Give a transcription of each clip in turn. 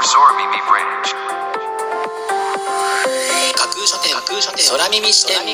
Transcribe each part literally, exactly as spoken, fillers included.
架空書店架空書店空耳視点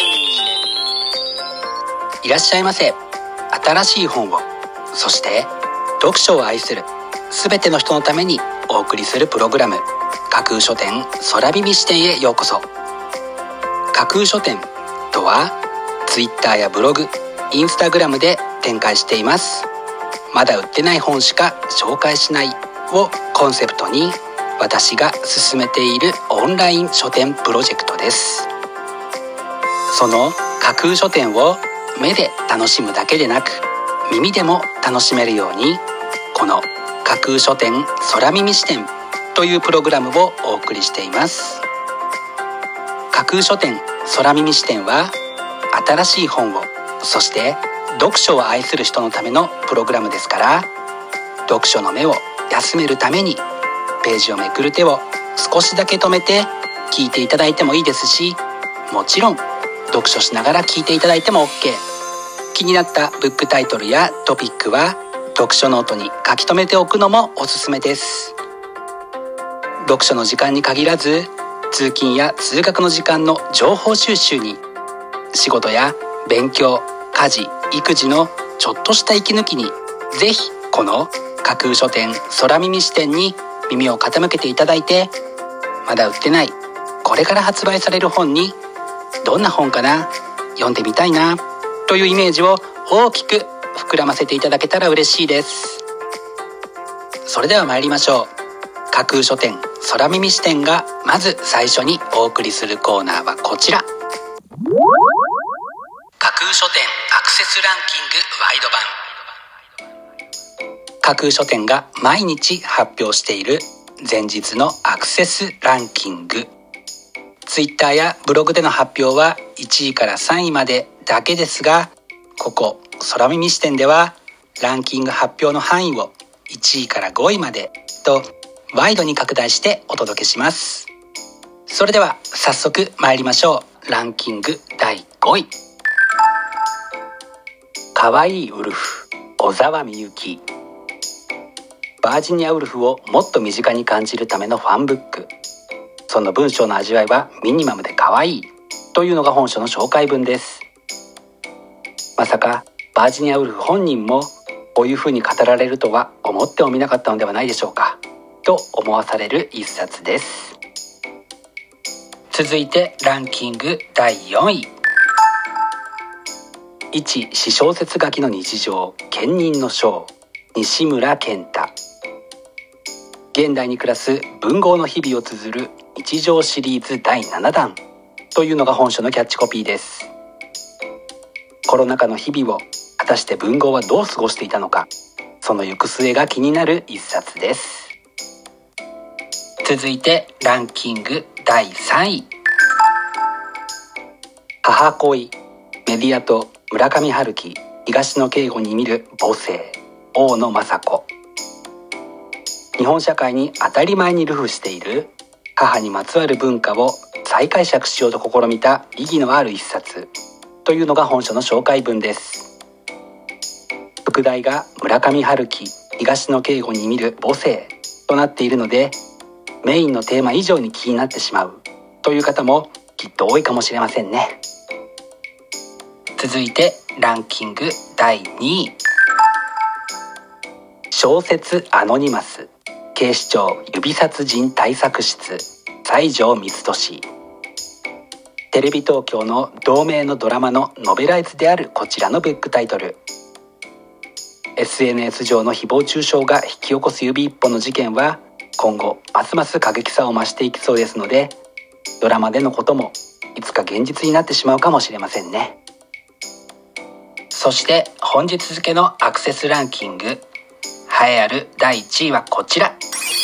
いらっしゃいませ。新しい本を、そして読書を愛するすべての人のためにお送りするプログラム、架空書店空耳視点へようこそ。架空書店とはツイッターやブログ、インスタグラムで展開しています。まだ売ってない本しか紹介しないをコンセプトに、私が進めているオンライン書店プロジェクトです。その架空書店を目で楽しむだけでなく、耳でも楽しめるように、この架空書店空耳視点というプログラムをお送りしています。架空書店空耳視点は、新しい本を、そして読書を愛する人のためのプログラムですから、読書の目を休めるためにページをめくる手を少しだけ止めて聞いていただいてもいいですし、もちろん読書しながら聞いていただいても OK。 気になったブックタイトルやトピックは読書ノートに書き留めておくのもおすすめです。読書の時間に限らず、通勤や通学の時間の情報収集に、仕事や勉強、家事、育児のちょっとした息抜きに、ぜひこの架空書店空耳視点に耳を傾けていただいて、まだ売ってない、これから発売される本に、どんな本かな、読んでみたいなというイメージを大きく膨らませていただけたら嬉しいです。それでは参りましょう。架空書店空耳視点がまず最初にお送りするコーナーはこちら。架空書店アクセスランキングワイド版。架空書店が毎日発表している前日のアクセスランキング。ツイッターやブログでの発表はいちいからさんいまでだけですが、ここ空耳視点ではランキング発表の範囲をいちいからごいまでとワイドに拡大してお届けします。それでは早速参りましょう。ランキングだいごい。かわいいウルフ、小沢みゆき。バージニアウルフをもっと身近に感じるためのファンブック。その文章の味わいはミニマムで可愛いというのが本書の紹介文です。まさかバージニアウルフ本人もこういう風に語られるとは思ってもみなかったのではないでしょうかと思わされる一冊です。続いてランキングだいよんい。いち私小説書きの日常、兼任の章、西村健太。現代に暮らす文豪の日々を綴る日常シリーズだいななだんというのが本書のキャッチコピーです。コロナ禍の日々を果たして文豪はどう過ごしていたのか、その行く末が気になる一冊です。続いてランキングだいさんい。母恋、メディアと村上春樹、東野圭吾に見る母性、大野雅子。日本社会に当たり前に流布している母にまつわる文化を再解釈しようと試みた意義のある一冊というのが本書の紹介文です。副題が村上春樹、東野圭吾に見る母性となっているので、メインのテーマ以上に気になってしまうという方もきっと多いかもしれませんね。続いてランキングだいにい。小説アノニマス、警視庁指殺人対策室、西條光俊。テレビ東京の同名のドラマのノベライズであるこちらのブックタイトル。 エスエヌエス 上の誹謗中傷が引き起こす指一本の事件は今後ますます過激さを増していきそうですので、ドラマでのこともいつか現実になってしまうかもしれませんね。そして本日付のアクセスランキング、栄えあるだいいちいはこちら。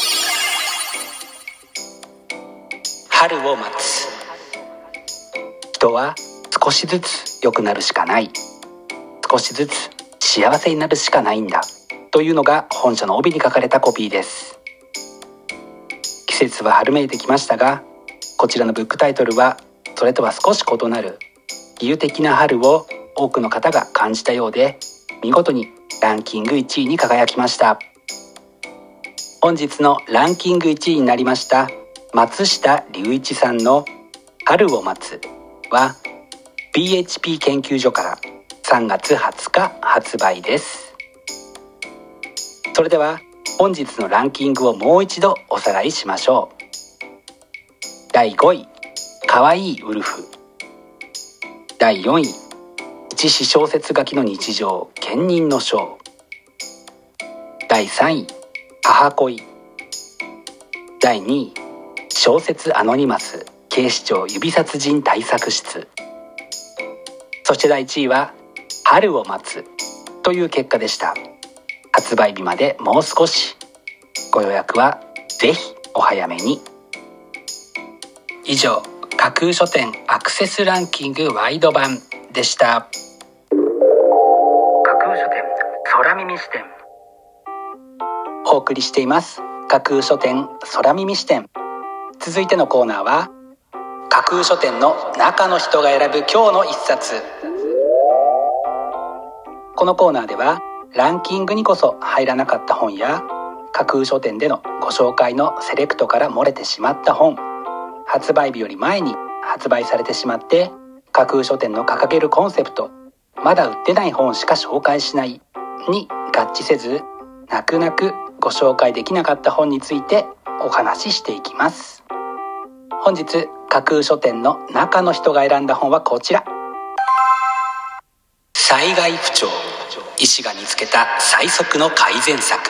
春を待つ。人は少しずつ良くなるしかない、少しずつ幸せになるしかないんだというのが本書の帯に書かれたコピーです。季節は春めいてきましたが、こちらのブックタイトルはそれとは少し異なる比喩的な春を多くの方が感じたようで、見事にランキングいちいに輝きました。 本日のランキングいちいになりました松下隆一さんの春を待つは ピーエイチピー 研究所からさんがつはつか発売です。それでは本日のランキングをもう一度おさらいしましょう。だいごい、かわいいウルフ。だいよんい、一子小説書きの日常、兼任の章。だいさんい、母恋。だいにい、小説アノニマス、警視庁指殺人対策室。そしてだいいちいは春を待つという結果でした。発売日までもう少し。ご予約はぜひお早めに。以上、架空書店アクセスランキングワイド版でした。架空書店空耳視点、お送りしています架空書店空耳視点。続いてのコーナーは架空書店の中の人が選ぶ今日の一冊。このコーナーではランキングにこそ入らなかった本や架空書店でのご紹介のセレクトから漏れてしまった本、発売日より前に発売されてしまって架空書店の掲げるコンセプト、まだ売ってない本しか紹介しないに合致せず、泣く泣くご紹介できなかった本についてお話ししていきます。本日架空書店の中の人が選んだ本はこちら。災害不調、医師が見つけた最速の改善策。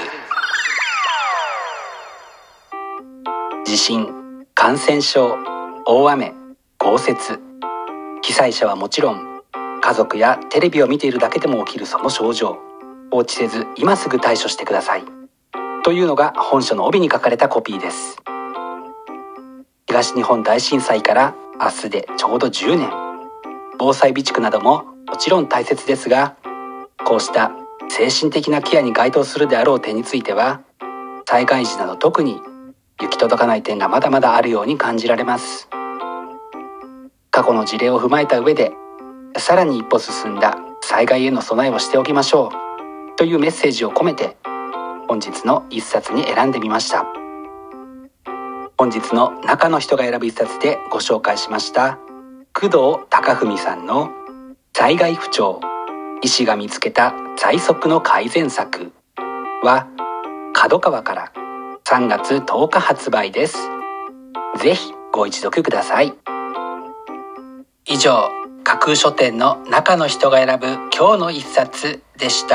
地震、感染症、大雨、豪雪、被災者はもちろん家族やテレビを見ているだけでも起きるその症状、放置せず今すぐ対処してくださいというのが本書の帯に書かれたコピーです。東日本大震災から明日でちょうどじゅうねん。防災備蓄などももちろん大切ですが、こうした精神的なケアに該当するであろう点については災害時など特に行き届かない点がまだまだあるように感じられます。過去の事例を踏まえた上でさらに一歩進んだ災害への備えをしておきましょうというメッセージを込めて本日の一冊に選んでみました。本日の中の人が選ぶ一冊でご紹介しました工藤孝文さんの災害不調、医師が見つけた最速の改善策は角川からさんがつとおか発売です。ぜひご一読ください。以上、架空書店の中の人が選ぶ今日の一冊でした。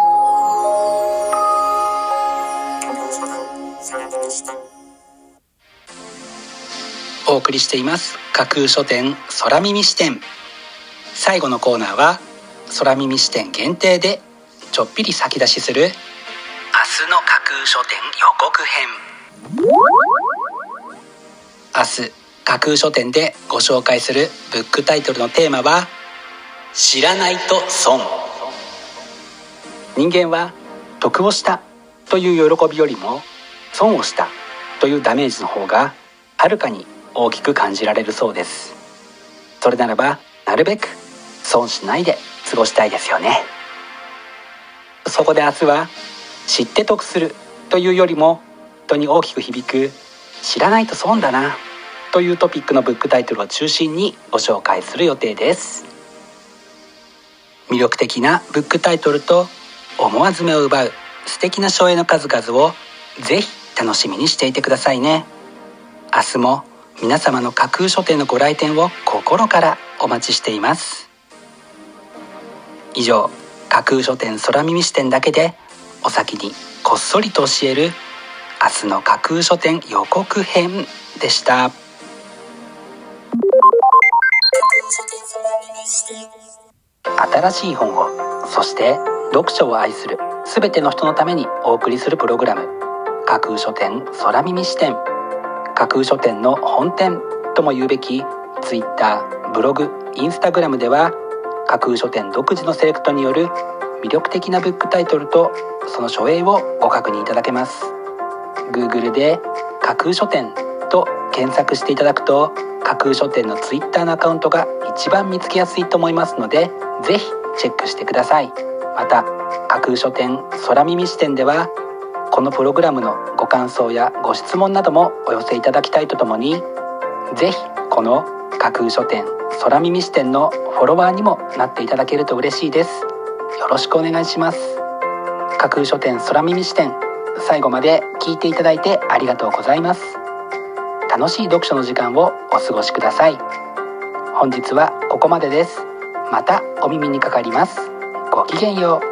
お送りしています架空書店空耳視点。最後のコーナーは空耳視点限定でちょっぴり先出しする明日の架空書店予告編。明日架空書店でご紹介するブックタイトルのテーマは知らないと損。人間は得をしたという喜びよりも損をしたというダメージの方がはるかに大きく感じられるそうです。それならばなるべく損しないで過ごしたいですよね。そこで明日は知って得するというよりも人に大きく響く知らないと損だなというトピックのブックタイトルを中心にご紹介する予定です。魅力的なブックタイトルと思わず目を奪う素敵な書影の数々をぜひ楽しみにしていてくださいね。明日も皆様の架空書店のご来店を心からお待ちしています。以上、架空書店空耳視点だけでお先にこっそりと教える明日の架空書店予告編でした。新しい本を、そして読書を愛するすべての人のためにお送りするプログラム、架空書店空耳視点。架空書店の本店とも言うべき Twitter、ブログ、Instagram では架空書店独自のセレクトによる魅力的なブックタイトルとその書影をご確認いただけます。 Google で架空書店と検索していただくと架空書店の Twitter のアカウントが一番見つけやすいと思いますので、ぜひチェックしてください。また架空書店空耳視点ではこのプログラムのご感想やご質問などもお寄せいただきたいとともに、ぜひこの架空書店空耳視点のフォロワーにもなっていただけると嬉しいです。よろしくお願いします。架空書店空耳視点、最後まで聞いていただいてありがとうございます。楽しい読書の時間をお過ごしください。本日はここまでです。またお耳にかかります。ごきげんよう。